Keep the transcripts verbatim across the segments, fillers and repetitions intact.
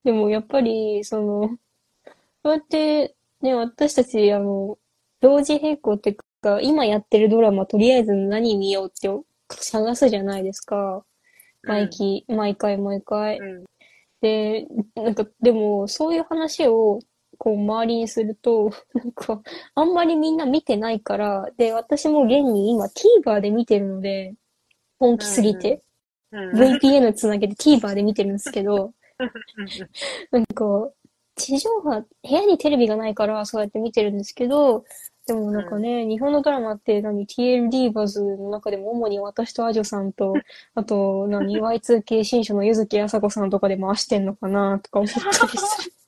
でもやっぱり、その、そうやって、ね、私たち、あの、同時並行っていうか、今やってるドラマ、とりあえず何見ようって探すじゃないですか。毎うん。 期、毎回毎回。 うん。 で、なんか、でも、そういう話を、こう、周りにすると、なんか、あんまりみんな見てないから、で、私も現に今 TVer で見てるので、本気すぎうん。 て、 うん。うん。 ブイピーエヌ つなげて TVer で見てるんですけど、なんか、地上波、部屋にテレビがないからそうやって見てるんですけど、でもなんかね、日本のドラマって何 ティーエルディー バズの中でも主に私とアジョさんと、あと何 ワイツーケー 新書の柚木あさこさんとかで回してんのかなとか思ったりする。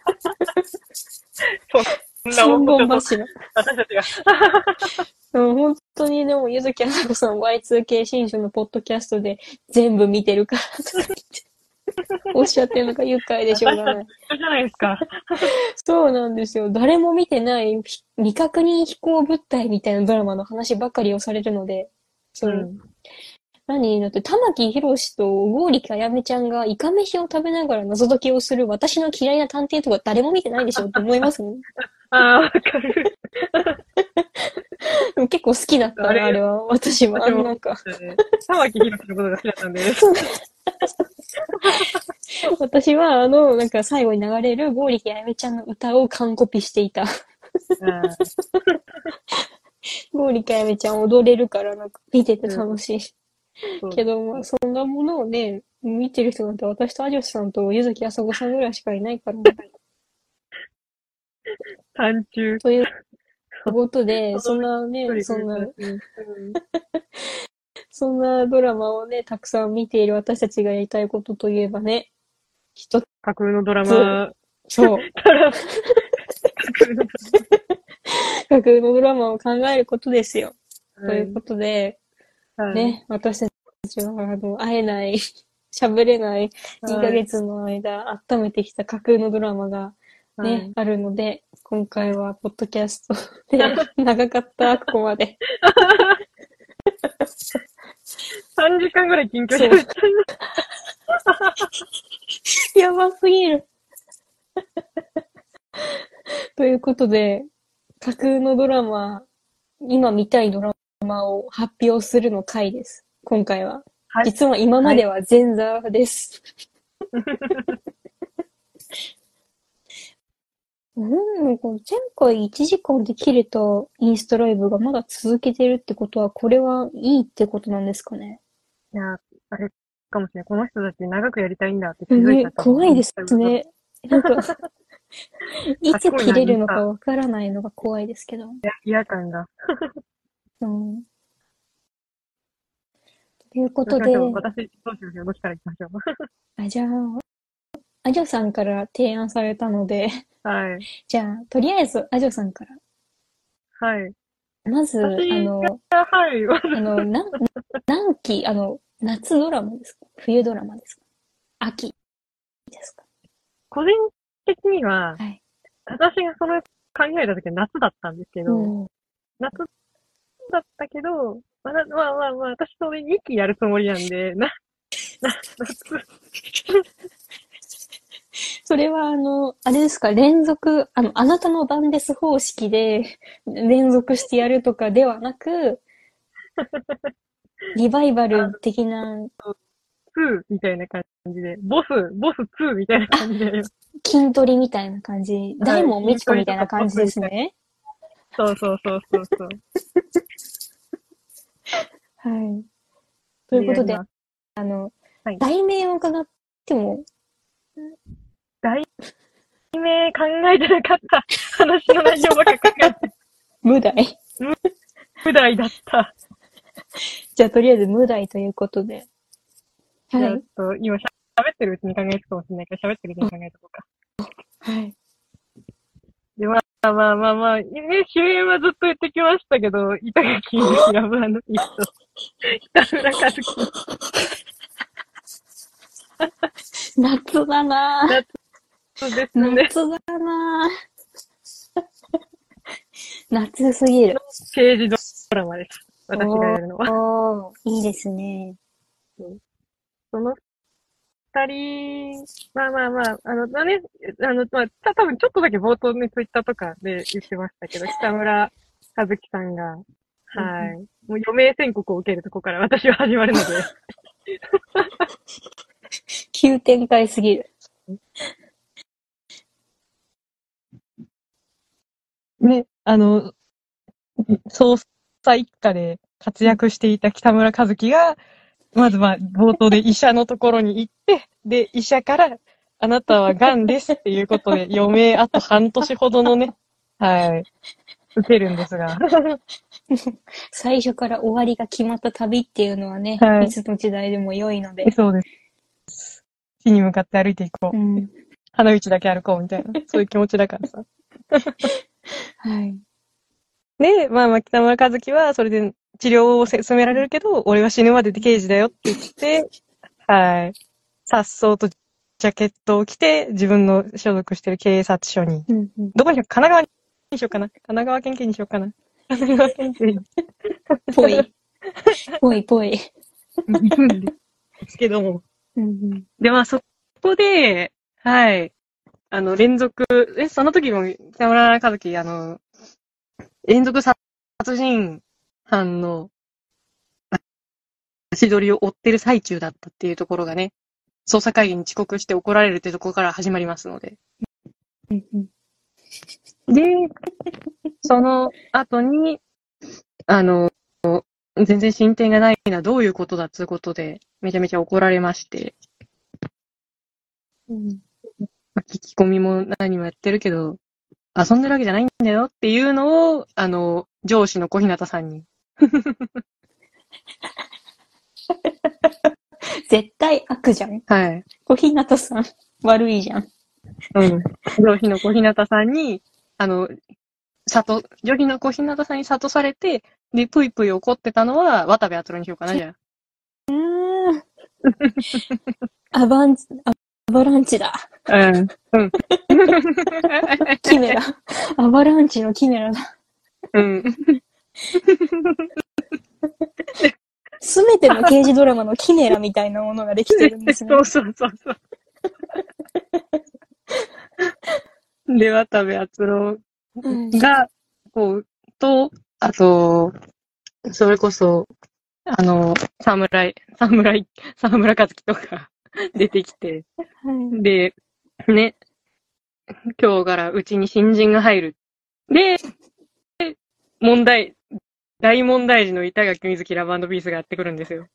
そんな大三御所と本柱。 私たちが。 でも本当にでも柚木あさこさん ワイツーケー 新書のポッドキャストで全部見てるからとかおっしゃってるのが愉快でしょう私たちがない。 一緒じゃないですか。 そうなんですよ。誰も見てないひ未確認飛行物体みたいなドラマの話ばかりをされるので、そう。 うん。 何だって玉木宏と剛力あやめちゃんがイカ飯を食べながら謎解きをする私の嫌いな探偵とか誰も見てないでしょって思いますもん。 ああ、わかる。 でも結構好きだったな、ああれ、 れは。私は。あ私も、 のなんか、 ね、玉木宏のことが好きだったんで。 私はあの、なんか最後に流れる剛力あやめちゃんの歌を完コピしていた。 うん。 剛力あやめちゃん踊れるからなんか見ててうん。 楽しい。 そうけど、まあ、そんなものをね、見てる人なんて私と有吉さんと柚木あさこさんぐらいしかいないからね。 単中。 というそう。 ことで、 そのそんなね、 一人そんな、 珍しい。うん。 そんなドラマをね、たくさん見ている私たちがやりたいことといえばね、一架空のドラつ、 マそから、架空のドう、架空のドラマを考えることですよ。 ラマ。はい。 ということで、 はい。 ね、私たちは、あの、会えない、喋れない2 はい。 ヶ月の間、温めてきた架空のドラマがね、 はい。 あるので、今はい。 回はポッドキャストで、長かった、ここまで。 さんじかんぐらい近況そう。 喋っちゃやばすぎる。ということで、架空のドラマ、今見たいドラマを発表するの回です。今回は。 はい。 実は今まはい。 では前座です。うん、この前回いちじかんで切れたインスタライブがまだ続けてるってことは、これはいいってことなんですかね。 いや、あれかもしれない。この人たち長くやりたいんだって気づいね、 た多分、イン怖いでスタグラム。 すね。なんか、いつ賢いな、 切れるのかインスタ。 わからないのが怖いですけど。 いや、嫌感が。 うん。というこどうしましょう。 とで、 私、どうしましょう。どっちから行きましょう。 あ、じゃあ、アジョさんから提案されたので、 はい。 じゃあ、とりあえず、アジョさんから。 はい。 まず、あ私の、 が、はい。 あの、な、何期、あの、夏ドラマですか？冬ドラマですか？秋ですか？ 個人的には、 はい。 私がその考えた時は夏だったんですけど、 うん。 夏だったけど、まあ、まあまあまあ、私それにきやるつもりなんで、な、な、夏、 それは、あの、あれですか、連続、あの、あなたの番です方式で連続してやるとかではなく、リバイバルあの、 的なツーみたいな感じで、ボス、ボスツーみたいな感じで、 筋トレみたいな感じ、大はい、 門みちこみたい筋トレとかな感じボスみたいですね。 な。そうそうそうそうそう。 はい。とそいうことで、 れやります。 あの、 はい。 題名を伺っても、 題名考えてなかった。話の内容ばっか考えて、 無題。 無題だった。 じゃあ、とりあえず無題ということで。 じゃあ、ちはい。 ょっと、今喋ってるうちに考えつくかもしれないから、喋ってるうちに考えとこうか。 はい。 で、まあまあまあまあ、ね、主演はずっと言ってきましたけど、板垣由紀ラブピースと、北村和樹。 夏だな夏ですぁ。 ね。 夏だなぁ。夏すぎる。 刑事ドラマです。私がおやるのは。 ー、いいですね。 その二人、まあまあまあ、あの、まあね、あの、まあ、た多分ちょっとだけ冒頭にツイッターとかで言ってましたけど、北村和樹さんが、はい。もう余命宣告を受けるとこから私は始まるので。 急展開すぎる。 ね、あの、捜査一課で活躍していた北村和樹が、まずまあ、冒頭で医者のところに行って、で、医者から、あなたは癌ですっていうことで、余命あと半年ほどのね、はい、受けるんですが。 最初から終わりが決まった旅っていうのはね、 はいいつの時代でも良いので。 そうです。死に向かって歩いていこう。 うん。 花道だけ歩こうみたいな、そういう気持ちだからさ。 はい。 で、まあまあ、北村和樹は、それで治療を進められるけど、俺は死ぬまでで刑事だよって言って、はい。さっそうとジャケットを着て、自分の所属してる警察署に。 うんうん。 どこにしよう、神奈川にしようかな。神奈川県警にしようかな。神奈川県警に。 ぽい。ぽいぽい。 行くんですけども。 うんうん。 で、まあそこで、はい。あの、連続、え、その時も北村和樹、あの、連続殺人犯の足取りを追ってる最中だったっていうところがね、捜査会議に遅刻して怒られるっていうところから始まりますので。 うんうん。 で、その後に、あの、全然進展がないな、どういうことだっつうことで、めちゃめちゃ怒られまして、 うんまあ聞き込みも何もやってるけど、遊んでるわけじゃないんだよっていうのを、あの、上司の小日向さんに。 絶対悪じゃん。 はい。 小日向さん、悪いじゃん。 うん。上司の小日向さんに、あの、里、上司の小日向さんに諭されて、で、ぷいぷい怒ってたのは、渡部篤郎にしようかな、じゃあ。 うーん。アバンチ、アバランチだ。 うん。うん。 キメラ。アバランチのキメラだ。 うん。 すべての刑事ドラマのキメラみたいなものができてるんですね。 そうそうそうそう。で、渡部篤郎が、こう、と、あと、それこそ、あの、侍、侍、沢村和樹とか出てきて、 はい、 で、ね、今日からうちに新人が入る。で、問題、大問題児の板垣瑞希ラブ&ピースがやってくるんですよ。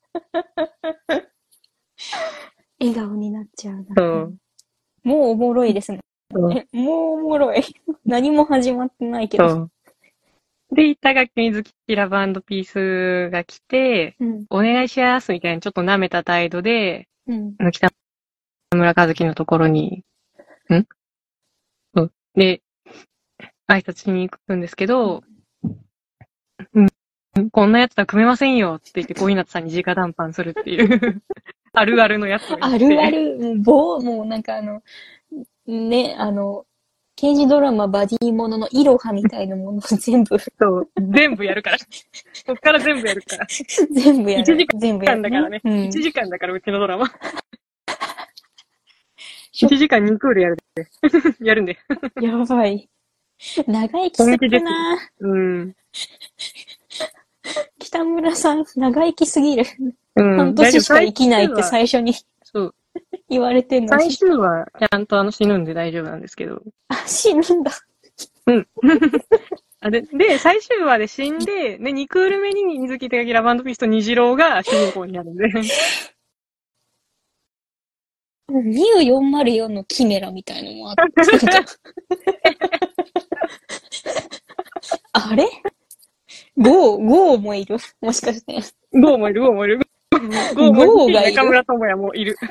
笑顔になっちゃうな。 そう。 もうおもろいですね。 そうえ、もうおもろい。何も始まってないけど。 そう。で、板垣瑞希ラブ&ピースが来て、 うん。 お願いしますみたいなちょっと舐めた態度で、 うん。 北村和樹のところに、んそう。で、挨拶しに行くんですけど、うん、こんなやつとは組めませんよって言って小日向さんに直談判するっていう、あるあるのやつをやって。 あるある、もう、棒、もうなんかあの、ね、あの、刑事ドラマバディもののイロハみたいなものを全部。 そう、全部やるから。そっから全部やるから。 全部やる。 いちじ全部やる、 かんだからね。 うん、 いちじかんだから、うちのドラマ。いちじかんにクールやるで。やるんで。 やばい。長生きするなぁ。 うん。 北村さん、長生きすぎる。 うん。 半年しか生きないって最初にそう言われてんのに。 最終はちゃんとあの死ぬんで大丈夫なんですけど。 あ、死ぬんだ。 うん。あで、で、最終話で死んで、で、にクール目に水木手垣ラブ&ピースと虹郎が主人公になるんで。 ミューよんまるよんのキメラみたいのもあった。あれゴー、ゴーもいるもしかして。 ゴーもいる、ゴーもいる。ゴーもいる。 ゴーがいる中村智也もいる。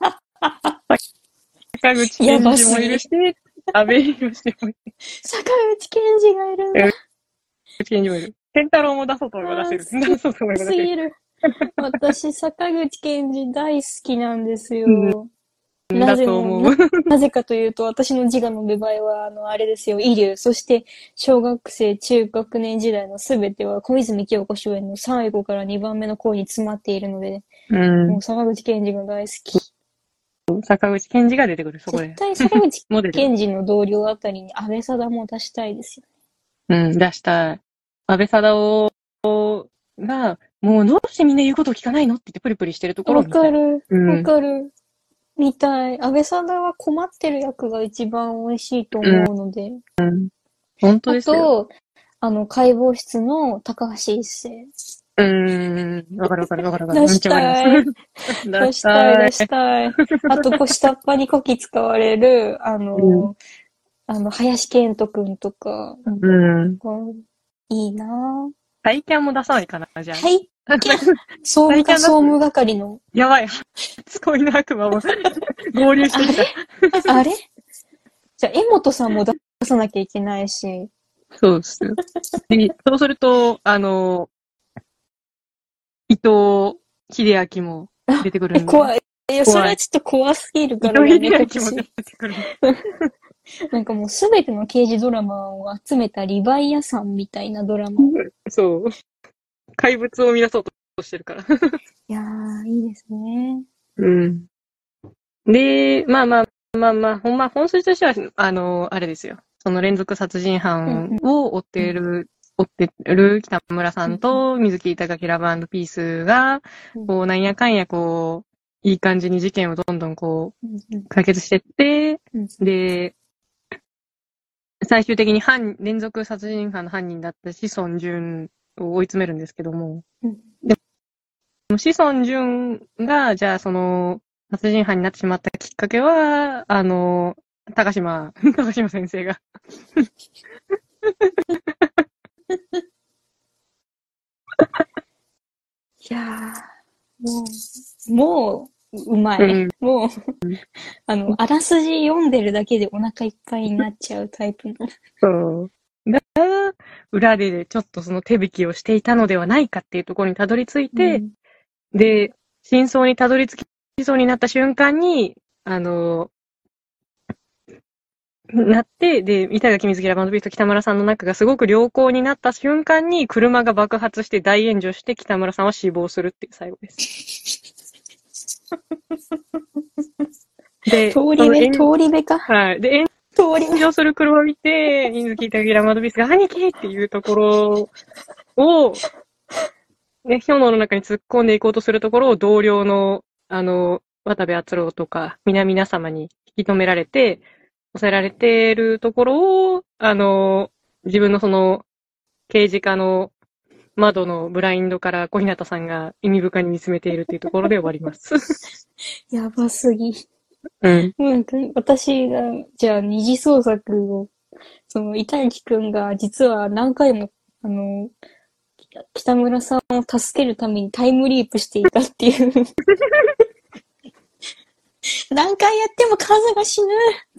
坂口健二もいるし、安倍博士もいる。 坂口健二がいるんだ。 坂口健二もいる。健太郎も出そうと思えば出せる。出そうと思えば出せる。 すぎる。私、坂口健二大好きなんですよ。うん、なぜも、なぜかというと、私の自我の芽生えは、あの、あれですよ、イリュウ。そして、小学生、中学年時代のすべては、小泉京子主演の最後からにばんめの恋に詰まっているので、 うん、 もう坂口健二が大好き。 坂口健二が出てくる、そこで。 絶対坂口モデル。 健二の同僚あたりに安倍貞も出したいですようん、出したい。安倍貞夫が、もうどうしてみんな言うことを聞かないのって言ってプリプリしてるとこね。わろを見たい。 かる。 うんわかる。みたい。安倍貞は困ってる役が一番美味しいと思うので。 うん。本当あですよ。 と、あの、解剖室の高橋一生。 うーん。わかるわかるわかるわかる。 出しめっちゃわかりまたい。 す。出出ししたい、 たい。 出したい。あと、こう、下っ端にこき使われる、あうん。 の、あの、林健人くんとか、 うん。 こういいなぁ。 体験も出さないかな、じゃはい。 あ。 総務課、 体験出す総務係の。 やばい。初恋の悪魔も合流してきた。 あれあれじゃあ、江本さんも出さなきゃいけないし。 そうです。で、そうすると、あの、伊藤秀明も出てくるえ、 んで。 怖い。いや、それ怖。 はいちょっと怖すぎる伊から藤やめてほ秀明も出しい。 てくる。 なんかもうすべての刑事ドラマを集めたリヴァイアさんみたいなドラマ。 そう。怪物を生み出そうとしてるから。 いやー、いいですね。 うん。で、まあまあまあまあ、ほんま、本筋としては、あの、あれですよ。その連続殺人犯を追っている、追ってる北村さんと水木隆樹ラブ&ピースが、こう、なんやかんやこう、いい感じに事件をどんどんこう、解決してって、で、最終的に犯、連続殺人犯の犯人だった志尊淳を追い詰めるんですけども、でも志尊淳が、じゃあその、殺人犯になってしまったきっかけは、あの、高島、高島先生が。 いやー、もう、もう、うまい。うん、もう、あの、あらすじ読んでるだけでお腹いっぱいになっちゃうタイプの。 そう。が、裏でちょっとその手引きをしていたのではないかっていうところにたどり着いて、うん、で、真相にたどり着きそうになった瞬間に、あの、なって、で、板垣水木ラブ&ピースと北村さんの仲がすごく良好になった瞬間に、車が爆発して大炎上して北村さんは死亡するっていう最後です。で、 通り部通り部かはい。で、炎上する車を見て、水木板木ラブ&ピースが兄貴っていうところを、ね、氷の中に突っ込んでいこうとするところを同僚の、あの、渡部篤郎とか、皆々様に引き止められて、抑えられているところを、あの、自分のその、刑事課の窓のブラインドから小日向さんが意味深に見つめているというところで終わります。 やばすぎ。 うん。 なんか、私が、じゃあ二次創作を、その、板垣くんが実は何回も、あの、北村さんを助けるためにタイムリープしていたっていう。何回やってもカズが死ぬ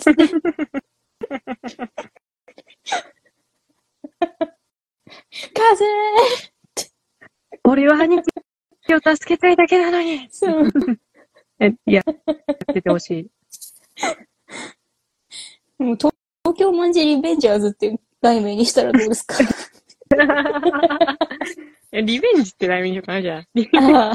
カズー俺は兄貴を助けたいだけなのにえ、いや、やっててほしい。もう東京マンジェリベンジャーズっていう題名にしたらどうですかリベンジって題名にしようかな、じゃあ。 ああ。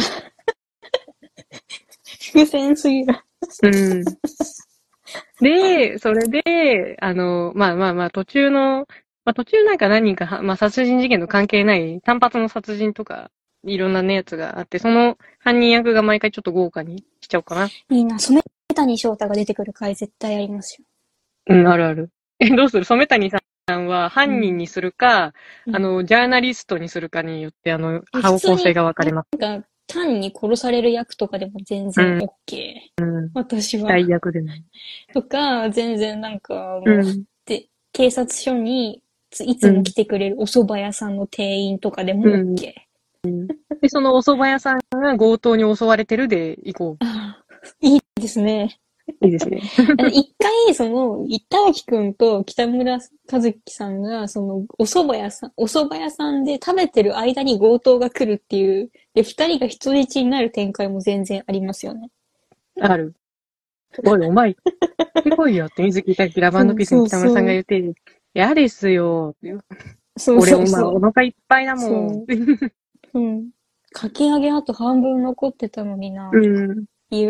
伏線すぎる。 うん。で、それで、あの、まあまあまあ、途中の、まあ途中なんか何人か、まあ殺人事件と関係ない単発の殺人とか、いろんなねやつがあって、その犯人役が毎回ちょっと豪華にしちゃおうかな。 いいな、染谷翔太が出てくる回絶対ありますよ。 うん、あるある。え、どうする染谷さんは犯人にするか、うん、あの、ジャーナリストにするかによって、あの、方向性が分かれます。 なんか、単に殺される役とかでも全然 OK。 うん。 私は。 大役でも。 とか、全然なんか、うん、で、警察署にいつも来てくれるお蕎麦屋さんの店員とかでも OK。 うん、で、そのお蕎麦屋さんが強盗に襲われてるで行こう。 あいいですね。 いいですね。 一回、その、板垣くんと北村和樹さんが、その、お蕎麦屋さん、お蕎麦屋さんで食べてる間に強盗が来るっていう、で、二人が人質になる展開も全然ありますよね。 ある。おい、お前、すごいよって水木たきラブ&ピースに北村さんが言って、嫌ですよ。そうそうそう。俺、お前、お腹いっぱいだもん。 うん。かき揚げあと半分残ってたのにな。 うん。 いう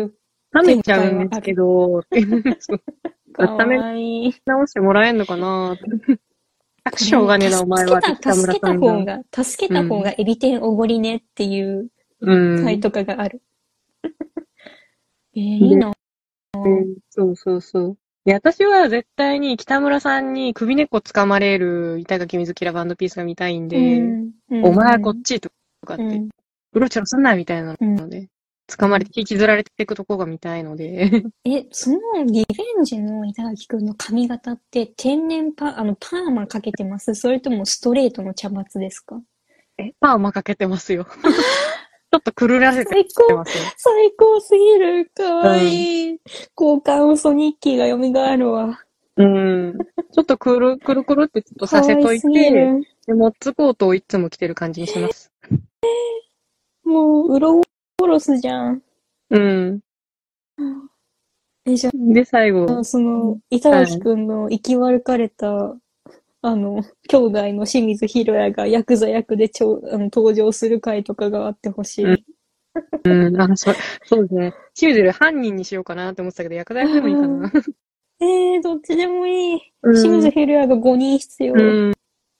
冷めちゃうんですけど、そうかわいい。 直してもらえんのかなしょうがねえな、お前は。 助けた、助けた方が、助けた方がエビ天おごりねっていう回とかがある。うん、えー、いいな、 うん。そうそうそう。いや、私は絶対に北村さんに首根っこ掴まれる板垣水木ラブ&ピースが見たいんで、うんうん、お前はこっちとかって、うん、うろちょろすんなみたいなので、うん、掴まれて引きずられていくとこが見たいので。 え、そのリベンジの板垣くんの髪型って天然パ、あの、パーマかけてます？それともストレートの茶髪ですか？ え、パーマかけてますよ。ちょっとくるらせてますよ。 最高すぎる。かわいい。うん、交換嘘日記が蘇るわ。 うん。ちょっとくる、くるくるってちょっとさせといて、で、モッツコートをいつも着てる感じにします。 もう、うろおろすじゃん。 うん。 え、じゃで、最後。 その、板垣くんの生き悪かれた、はい、あの、兄弟の清水宏也がヤクザ役でちょあの登場する回とかがあってほしい。うんうん、あ、そ、そうですね。清水犯人にしようかなって思ってたけど、薬剤でもいいかな。 えー、どっちでもいい。うん、清水ヘルヤがごにん必要。うん。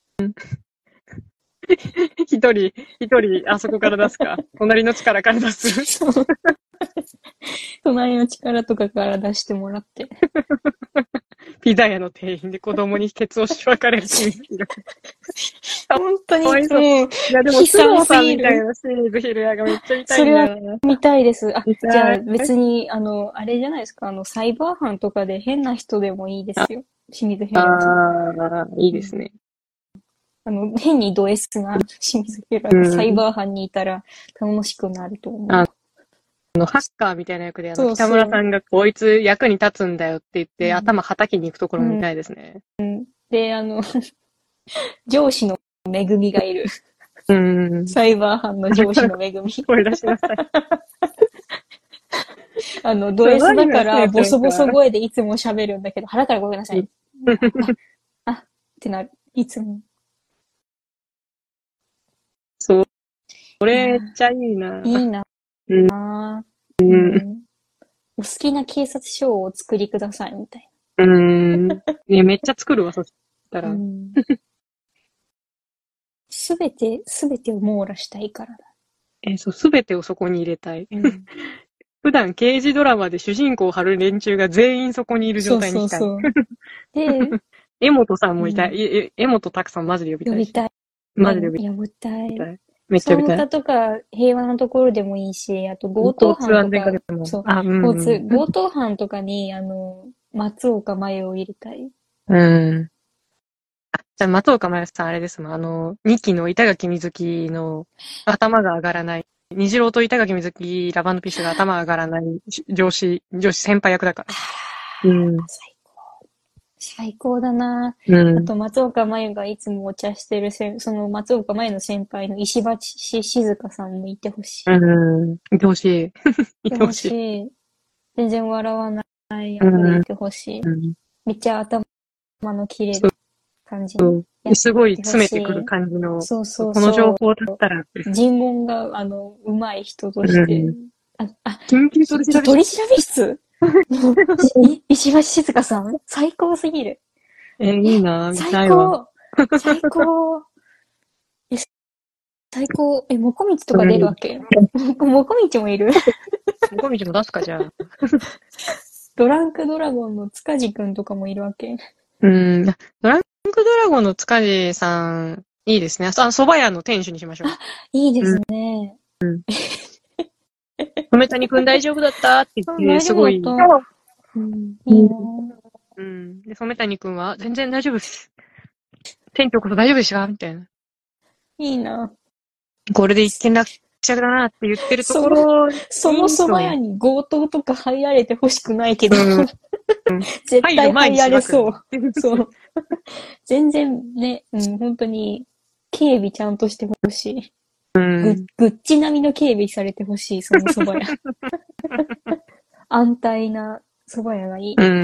一人、一人、あそこから出すか。隣の力から出す。そう。 隣の力とかから出してもらって。 ピザ屋の店員で子供にケツをしばかれる清水が。 本当に、もう、いや、でも、須藤さんみたいな清水ヘルヤがめっちゃ見たいんだよな。 それは見たいです。あ、じゃあ別に、あの、あれじゃないですか、あの、サイバー犯とかで変な人でもいいですよ。清水ヘルヤ。 ああ、いいですね。 あの、変にド S な清水ヘルヤがサイバー犯にいたら楽しくなると思う。 あの、ハッカーみたいな役で、あの、北村さんがこいつ役に立つんだよって言って、うん、頭叩きに行くところも見たいですね。 うん。で、あの、上司の恵みがいる。 うん。 サイバー犯の上司の恵み。 声出しなさい。 あの、ド S だから、ボソボソ声でいつも喋るんだけど、腹からごめんなさい。あ、あ、ってなる。いつも。 そう。これ、めっちゃいいな。 いいな。うん。うん、お好きな警察署をお作りください、みたいな。うん。ね、めっちゃ作るわ、そしたら。 すべて、すべてを網羅したいからだ。 え、そう、すべてをそこに入れたい。うん、普段刑事ドラマで主人公を張る連中が全員そこにいる状態にしたい。そうそうそうで、江本さんもいたい。うん、え、江本拓さんマジで呼びたい。呼びたい。マジで呼びたい。呼びたい。めっちゃ呼びたい。その他とか平和なところでもいいし、あと強盗犯とか、そう、あ、うん、うん、強盗犯とかに、あの、松岡真優を入れたい。うん。あ、じゃあ松岡真優さんあれですもん。あの、にきの板垣瑞希の頭が上がらない。虹郎と板垣瑞希ラバンドピースが頭が上がらない上司、上司先輩役だから。うん。最高。最高だな、うん、あと松岡真優がいつもお茶してるせ、その松岡真優の先輩の石橋静香さんもいてほしい。うん。いてほしい。いてほしい。全然笑わない役でいてほしい、うん。めっちゃ頭の切れる感じにやってほしい。すごい詰めてくる感じの。そうそうそう。この情報だったら。尋問が、あの、上手い人として。うん、あ、あ、緊急取り調べ室。取り調べ室石橋静香さん最高すぎる。えー、いいなぁ、見たいわ。最高最高え、最高え、もこみちとか出るわけ、うん、もこみちもいるもこみちも出すか、じゃあ。ドランクドラゴンの塚地くんとかもいるわけうん。ドランクドラゴンの塚地さん、いいですね。あ、蕎麦屋の店主にしましょう。あ、いいですね。うん。米谷くん大丈夫だったって言って、すごい。うん、いいなうん。で、染谷くんは、全然大丈夫です。店長こそ大丈夫でしたみたいな。いいなこれで一件落着だなって言ってるところその蕎麦屋に強盗とか入られてほしくないけど、うん、絶対入られそう。そう。全然ね、うん、本当に、警備ちゃんとしてほしい。うん、グ, グッチ並みの警備されてほしい、その蕎麦屋。安泰な蕎麦屋がいい。うん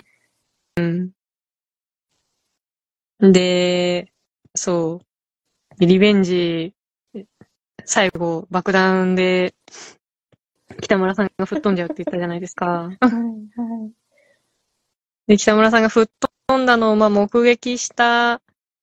うん、で、そう。リベンジ、最後、爆弾で、 北村さんが吹っ飛んじゃうって言ったじゃないですか。 はい、はい。 で、北村さんが吹っ飛んだのを、まあ、目撃した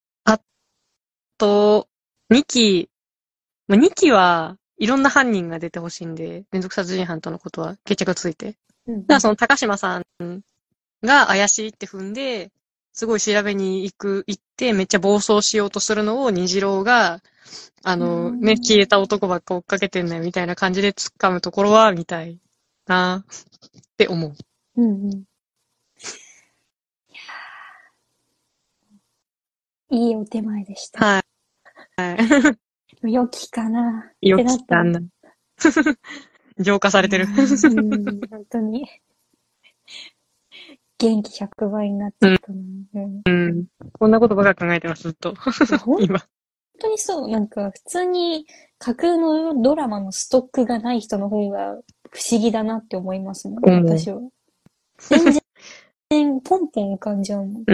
後、にき、まあ、にきはいろんな犯人が出てほしいんで、連続殺人犯とのことは決着ついて。 うん、 だからその高島さんが怪しいって踏んで、すごい調べに行く、行って、めっちゃ暴走しようとするのを虹郎が、あの、ね、消えた男ばっか追っかけてんねんみたいな感じで突っ込むところは見たいなって思う。 うん、うん。いいお手前でした。 はい。はい。 良きかな。 良きかな。浄化されてる。 うん、本当に。元気ひゃくばいになっちゃったな。うん。 うん。こんなことばか考えてます、ずっと。今。 本当にそう。なんか、普通に架空のドラマのストックがない人の方が不思議だなって思いますもん、 うん私は。全然、ポンポン浮かんじゃうもん。 うん。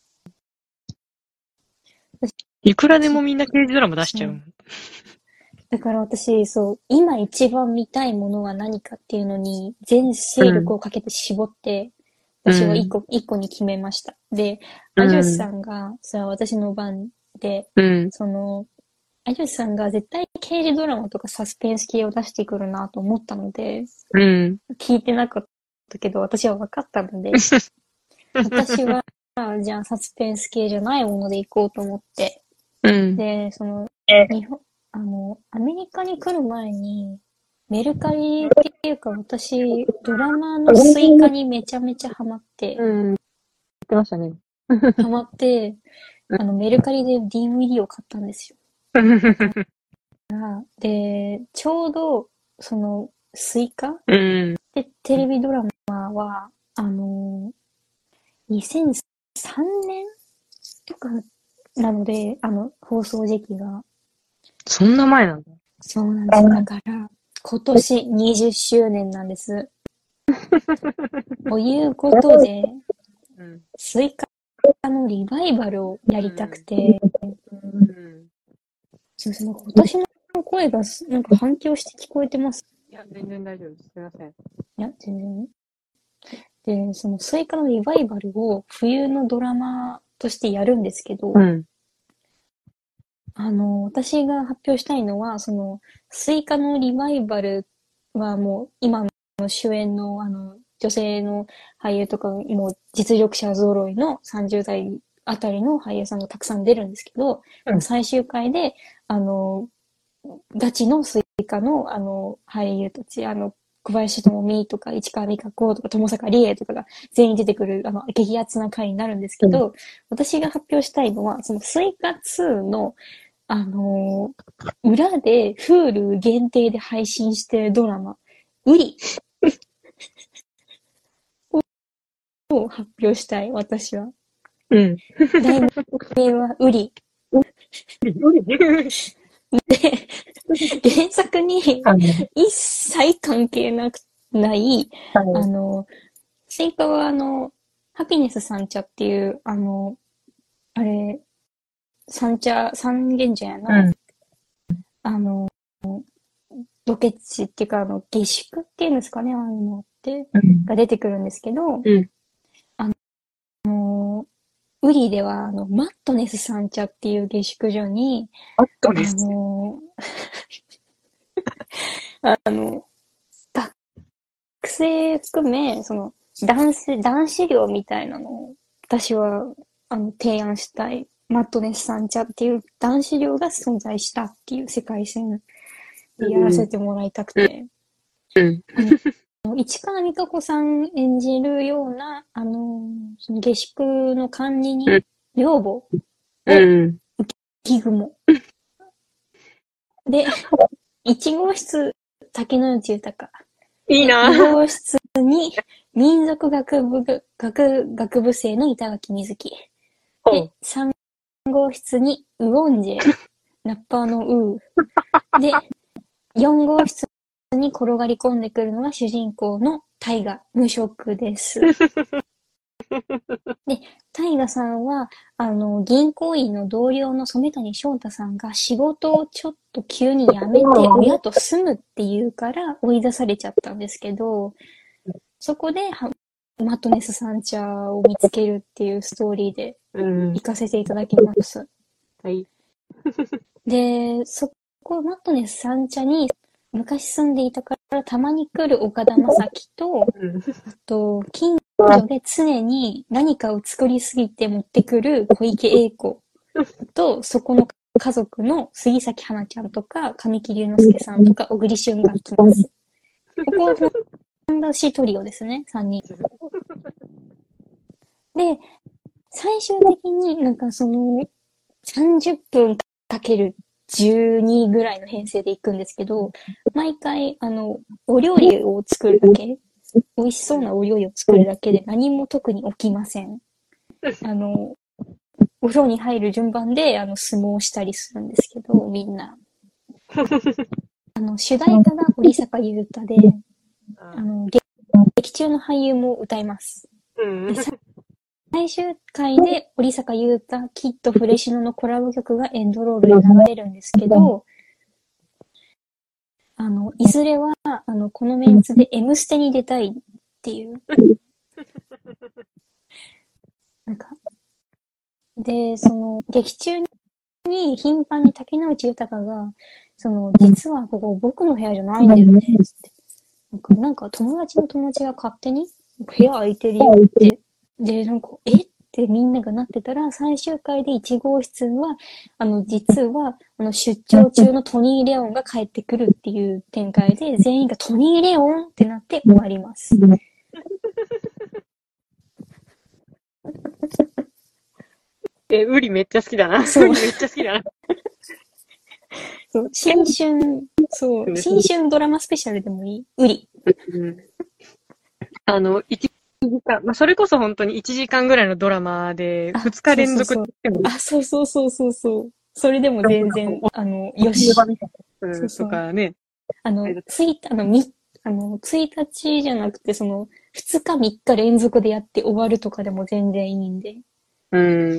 いくらでもみんな刑事ドラマ出しちゃう。 だから私、そう、今一番見たいものは何かっていうのに、全勢力をかけて絞って、うん、私は一個、一個に決めました。で、有吉さんが、それは私の番で、うん、その、有吉さんが絶対刑事ドラマとかサスペンス系を出してくるなと思ったので、うん、聞いてなかったけど、私は分かったので、私は、じゃあサスペンス系じゃないもので行こうと思って、うん、で、その、日本、あの、アメリカに来る前に、メルカリっていうか私、ドラマのスイカにめちゃめちゃハマって、 うん、言ってましたね。 ハマって、あの、メルカリで ディーブイディー を買ったんですよ。で、ちょうど、その、スイカ、うん、で、テレビドラマは、あの、にせんさんねんとかなので、あの、放送時期が。 そんな前なんだ。 そうなんです。だから、今年にじゅっしゅうねんなんです。ということで、うん、スイカのリバイバルをやりたくて、うんうん、そうですね、私の声がなんか反響して聞こえてます？ いや、全然大丈夫です。すいません。いや、全然。で、そのスイカのリバイバルを冬のドラマとしてやるんですけど、うん、あの、私が発表したいのは、その、スイカのリバイバルはもう今の主演のあの、女性の俳優とかもう実力者揃いのさんじゅう代あたりの俳優さんがたくさん出るんですけど、うん、最終回で、あの、ガチのスイカのあの、俳優たち、あの、小林智美とか市川美香子とか友坂理恵とかが全員出てくるあの激アツな回になるんですけど、うん、私が発表したいのはそのスイカツーのあのー、裏で Hulu 限定で配信してるドラマウリを発表したい、私は。うん。題名はウリ。で、原作に一切関係なくない、はい、あの、スイカはあの、ハピネス三茶っていう、あの、あれ、三茶、三軒茶屋の、うん、あの、ロケ地っていうか、あの、下宿っていうんですかね、ああいうのって、うん、が出てくるんですけど、うん、あの、ウリでは、あの、マットネス三茶っていう下宿所に、 マットネスあの、あの、学生含め、その、男子、男子寮みたいなのを、私は、あの、提案したい。マットネス三茶っていう男子寮が存在したっていう世界線でやらせてもらいたくて。うん。うん、市川美香子さん演じるような、あの、その下宿の管理人、寮母を、浮雲。で、いち号室、竹野内豊。 いいなぁ。 に号室に、民族学部、学、学部生の板垣瑞希。で、さん号室に、ウオンジェ、ラッパーのウー。で、よん号室に転がり込んでくるのが主人公のタイガ、無職です。で、タイガさんは、あの、銀行員の同僚の染谷翔太さんが仕事をちょっと急に辞めて親と住むっていうから追い出されちゃったんですけど、そこでマットネス三茶を見つけるっていうストーリーで行かせていただきます。うん、 はい。 で、そこ、マットネス三茶に昔住んでいたからたまに来る岡田将生と、うん、と近所で常に何かを作りすぎて持ってくる小池栄子と、そこの家族の杉咲花ちゃんとか、神木隆之介さんとか、小栗旬が来ます。ここは本田氏トリオですね、さんにん。で、最終的になんかそのさんじゅっぷんかけるじゅうにぐらいの編成で行くんですけど、毎回あの、お料理を作るだけ、美味しそうなお料理を作るだけで何も特に起きません。あの、お風呂に入る順番であの相撲したりするんですけど、みんな。あの、主題歌が織坂優太で、あの、劇中の俳優も歌います。で最終回で織坂優太、キッドフレシノのコラボ曲がエンドロールで流れるんですけど、あの、いずれは、あの、このメンツで M ステに出たいっていう。なんか、で、その、劇中に頻繁に竹野内豊が、その、実はここ僕の部屋じゃないんだよね、つって。なんか、なんか友達の友達が勝手に部屋空いてるよって。で、なんか、えってみんながなってたら、最終回でいち号室は、あの、実は、あの、出張中のトニー・レオンが帰ってくるっていう展開で、全員がトニー・レオンってなって終わります。 え、ウリめっちゃ好きだな。 そう。 ウリめっちゃ好きだな。 そう、新春、そう、新春ドラマスペシャルでもいい。ウリ。 うん、あの、いちじかん、まあ、それこそ本当にいちじかんぐらいのドラマで、ふつか連続でもあ、そうそうそうそうそう。それでも全然、あの、よし。 そうそうとかね。 あの、ついた、あの、み、あの、ついたちじゃなくて、その、ふつかみっか連続でやって終わるとかでも全然いいんで。 うん。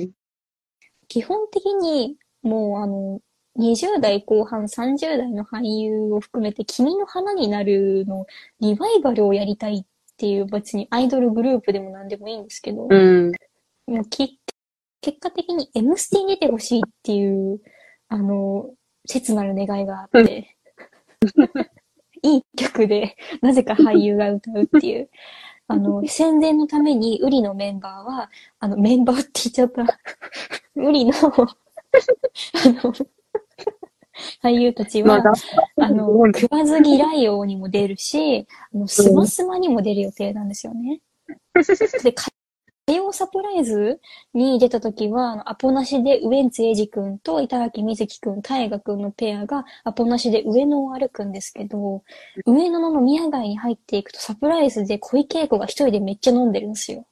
基本的に、もうあの、にじゅう代後半、さんじゅう代の俳優を含めて、君の花になるのリバイバルをやりたいっていう、別にアイドルグループでも何でもいいんですけど、 うん、 もうき結果的に M ステに出てほしいっていう、あの、切なる願いがあって、いい曲で、なぜか俳優が歌うっていう。あの、宣伝のために、ウリのメンバーは、あの、メンバーって言っちゃった。ウリの、あの、俳優たちは、まあの、食わず嫌い王にも出るし、あの、スマスマにも出る予定なんですよね。で、火曜サプライズに出た時は、アポなしでウエンツエイジ君と板垣瑞希君、大河君のペアがアポなしで上野を歩くんですけど、上野の飲み屋街に入っていくとサプライズで小池栄子が一人でめっちゃ飲んでるんですよ。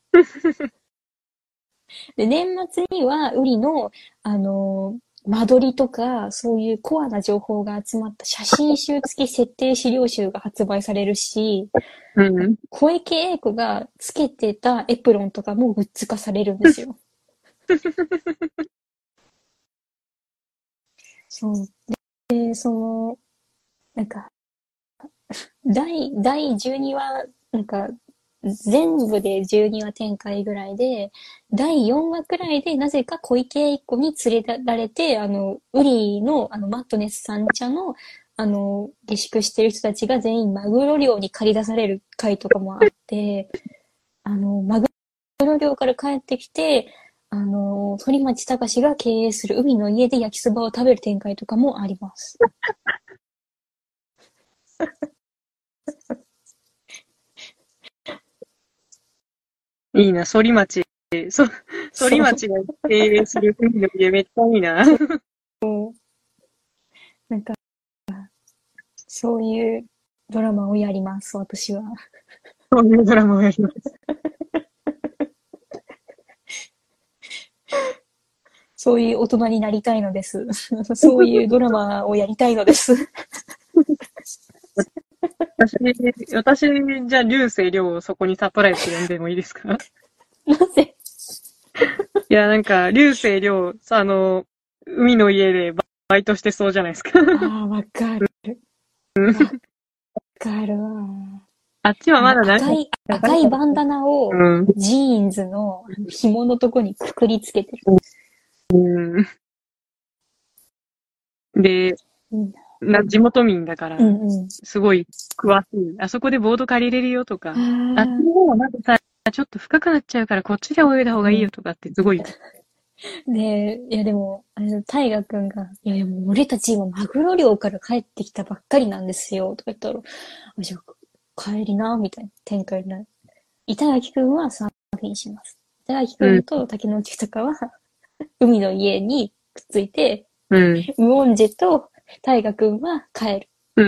で、年末にはウリの、あのー、間取りとか、そういうコアな情報が集まった写真集付き設定資料集が発売されるし、うん、小池栄子がつけてたエプロンとかもグッズ化されるんですよ。そう。で、その、なんか、第、第じゅうにわ、なんか、全部でじゅうにわ展開ぐらいで、だいよんわくらいでなぜか小池栄子に連れられて、あの、ウリの、あの、マットネス三茶の、あの、下宿してる人たちが全員マグロ漁に駆り出される回とかもあって、あの、マグロ漁から帰ってきて、あの、鳥町隆が経営する海の家で焼きそばを食べる展開とかもあります。 いいな、反町。そ、反町が経営する海の家めっちゃいいな。 そうなんか、そういうドラマをやります、私は。 そういうドラマをやります。 そういう大人になりたいのです。そういうドラマをやりたいのです。 私、私、じゃあ、流星涼をそこにサプライズ呼んでもいいですか？ なぜ？ いや、なんか、流星涼、あの、海の家でババイトしてそうじゃないですか。 ああ、わかる。わかるわ。 あっちはあの、 まだなんか、 赤い、赤いバンダナをうん。 ジーンズのあの紐のとこにくくりつけてる。 うん。で、 いいな。 な、地元民だから、 うんうん。 すごい詳しい。あそこでボード借りれるよとか、あっちあの方はまださ、ちょっと深くなっちゃうからこっちで泳いだ方がいいよとかってすごい。 あ。で、いやでも、あれ、大河くんが、いやいやもう俺たち今マグロ漁から帰ってきたばっかりなんですよ、とか言ったら、あ、じゃあ帰りな、みたいな展開になる。板垣くんはサーフィンします。板垣くんと竹野内豊は海の家にくっついて、 うん。 ウオンジェと大河くんは帰る。 うん。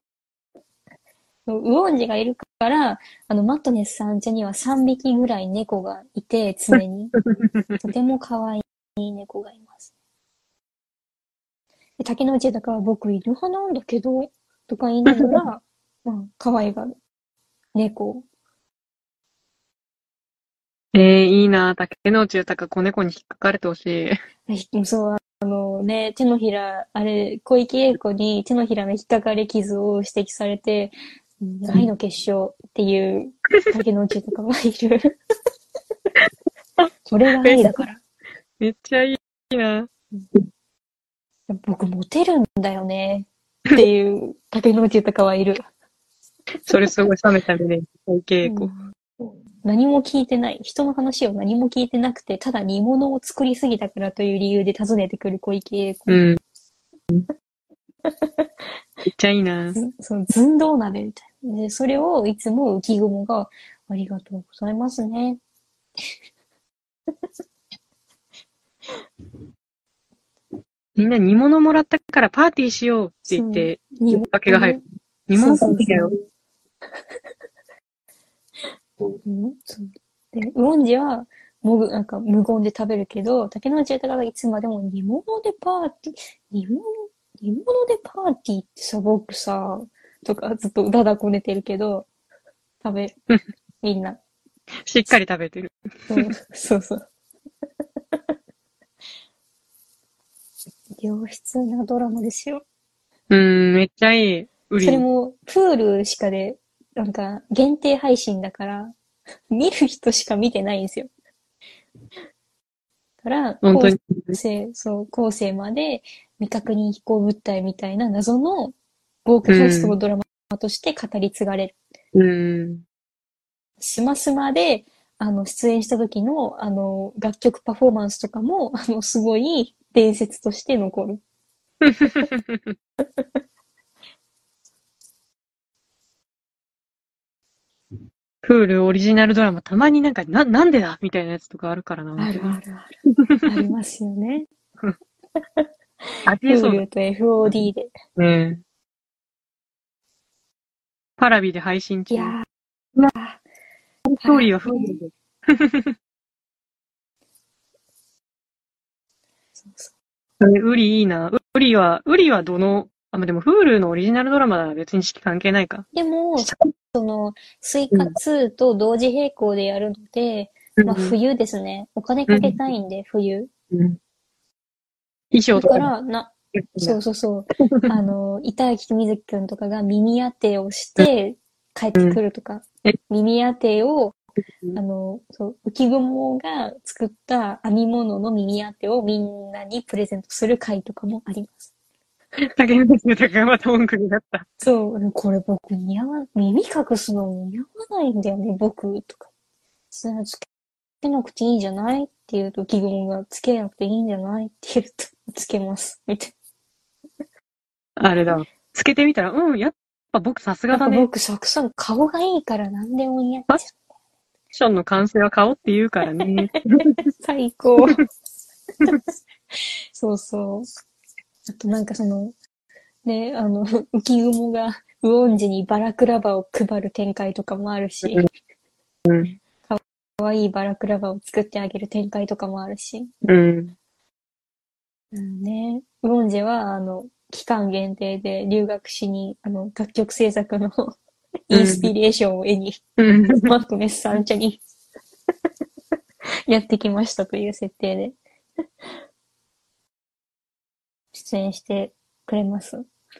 ウオンジェがいるから、あの、マットネスさん家にはさんびきぐらい猫がいて、常に。とても可愛い猫がいます。で竹野内豊は僕犬派なんだけど、とか言いながら、まあ、可愛がる猫を。 えー、いいな。竹之内豊子猫に引っかかれてほしい。 そう、あのね、手のひら、あれ、小池栄子に手のひらの引っかかれ傷を指摘されて、うん愛の結晶っていう竹野内豊がいる。それが愛だから。 めっちゃいいな。 僕モテるんだよね。っていう竹野内豊はいる。 それすごい冷めた目で、小池栄子。 うん何も聞いてない。人の話を何も聞いてなくて、ただ煮物を作りすぎたからという理由で訪ねてくる小池栄子。 うん。めっちゃいいな。 ずその寸胴鍋みたいな。で、それをいつも浮雲が、ありがとうございますね。 みんな煮物もらったからパーティーしようって言って、 煮呼びかけが入る。煮物パーティーだよ。 うんそうで、ウォンジは、もぐ、なんか無言で食べるけど、竹野内豊がいつまでも煮物でパーティー、煮物、煮物でパーティーってさ、僕さ、とかずっとだだこねてるけど、食べる。みんな。 しっかり食べてる。 そうそうそう。良質なドラマですよ。 うーん、めっちゃいい。ウリ。 それも、プールしかで、なんか、限定配信だから、見る人しか見てないんですよ。から、後本当に。 世、そう、後世まで未確認飛行物体みたいな謎の豪華うキャストのん。 ドラマとして語り継がれる。 うん。 スマスマで、あの、出演した時の、あの、楽曲パフォーマンスとかも、あの、すごい伝説として残る。 プールオリジナルドラマ、たまになんか、な、なんでだみたいなやつとかあるからな。 あるあるある。ありますよね。 ありえそうだ。 Hulu と エフオーディー で。 うん。パラビで配信中。 いやまー、 ストーリーは Hulu で。 そうそえウリいいな。ウリは、ウリはどの、あ、まあ、でも Hulu のオリジナルドラマなら別に式関係ないか。 う。でも、その、スイカうん。 ツーと同時並行でやるので、まあ、 うん。 冬ですね。お金かけうん。 たいんで、冬。 うん。衣装とかで。 だから、な、そうそうそう。あの、板垣瑞希くんとかが耳当てをして帰ってくるとか、 え、 耳当てを、あの、そう、浮雲が作った編み物の耳当てをみんなにプレゼントする会とかもあります。 竹内豊がまた文句になった。 そう、これ僕似合わ、耳隠すの似合わないんだよね、僕、とか。それつけなくていいんじゃないって言うと、浮雲がつけなくていいんじゃないって言うと、つけます。みたいあれだわ。つけてみたら、うん、やっぱ僕さすな。やがだね。 っぱ僕、サクさん顔がいいから何でも似合っファッちゃションの完成は顔って言うからね。 う。最高。そうそう。あとなんかその、ね、あの、浮雲がウオンジにバラクラバを配る展開とかもあるし、 うん。 可愛いバラクラバを作ってあげる展開とかもあるし。 うん。 うんね、ウオンジェは、あの、期間限定で留学しに、あの、楽曲制作のインスピレーションを絵に、 うん。 マットネスさん茶にやってきましたという設定で。出出演してくれます？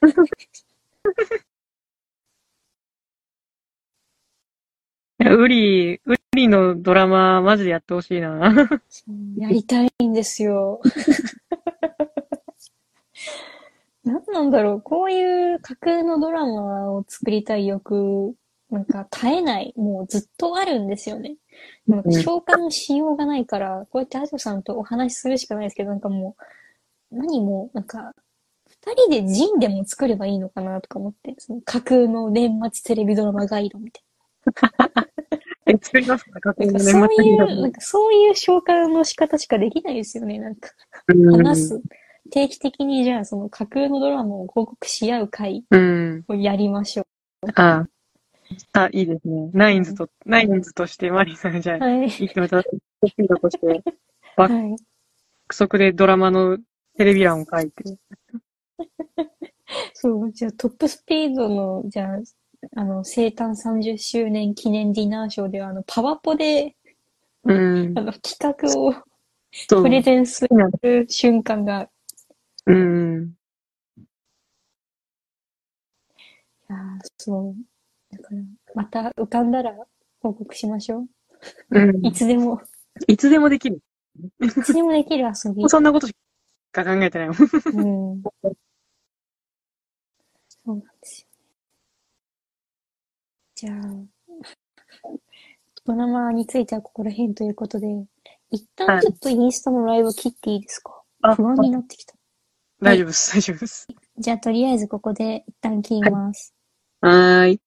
いやウリ、ウリのドラマ、マジでやってほしいな。 やりたいんですよ。何なんだろう。こういう架空のドラマを作りたい欲、なんか絶えない。もうずっとあるんですよね。なんかうん。 召喚しようがないから、こうやってあずさんとお話しするしかないですけど、なんかもう、何も、なんか、二人でジンでも作ればいいのかなとか思って、その架空の年末テレビドラマガイドみたいえ、作りますか？架な。なんか空の年そういう、なん末に。 かそういう召喚の仕方しかできないですよね。なんか、 うん。 話す。定期的にじゃあその架空のドラマを報告し合う会うん。 をやりましょああ、あ、いいですね。ナう。はい。 インズと、ナインズとしてマリさんがじゃあ、 はい。 言ってまた、スピードとして、爆はい。 速でドラマのテレビ欄を書いて。 そう、じゃあトップスピードの、じゃあ、あの、生誕さんじゅっしゅうねん記念ディナーショーでは、あの、パワポで、 うん。 あの、企画をプレそう。 ゼンする瞬間が、 うん。 いやーそう。だから、また浮かんだら報告しましょう。いうん。 つでも、 いつでもできる。 いつでもできる遊び。 そんなことしか考えてないもん。 うん。そうなんですよ。じゃあ、ドラマについてはここら辺ということで、一旦はい。 ちょっとインスタのライブ切っていいですか？ あ、 不安になってきた。はい。 大丈夫です。大丈夫です。 じゃあ、とりあえずここで一旦切りはい。 ます。 はーい。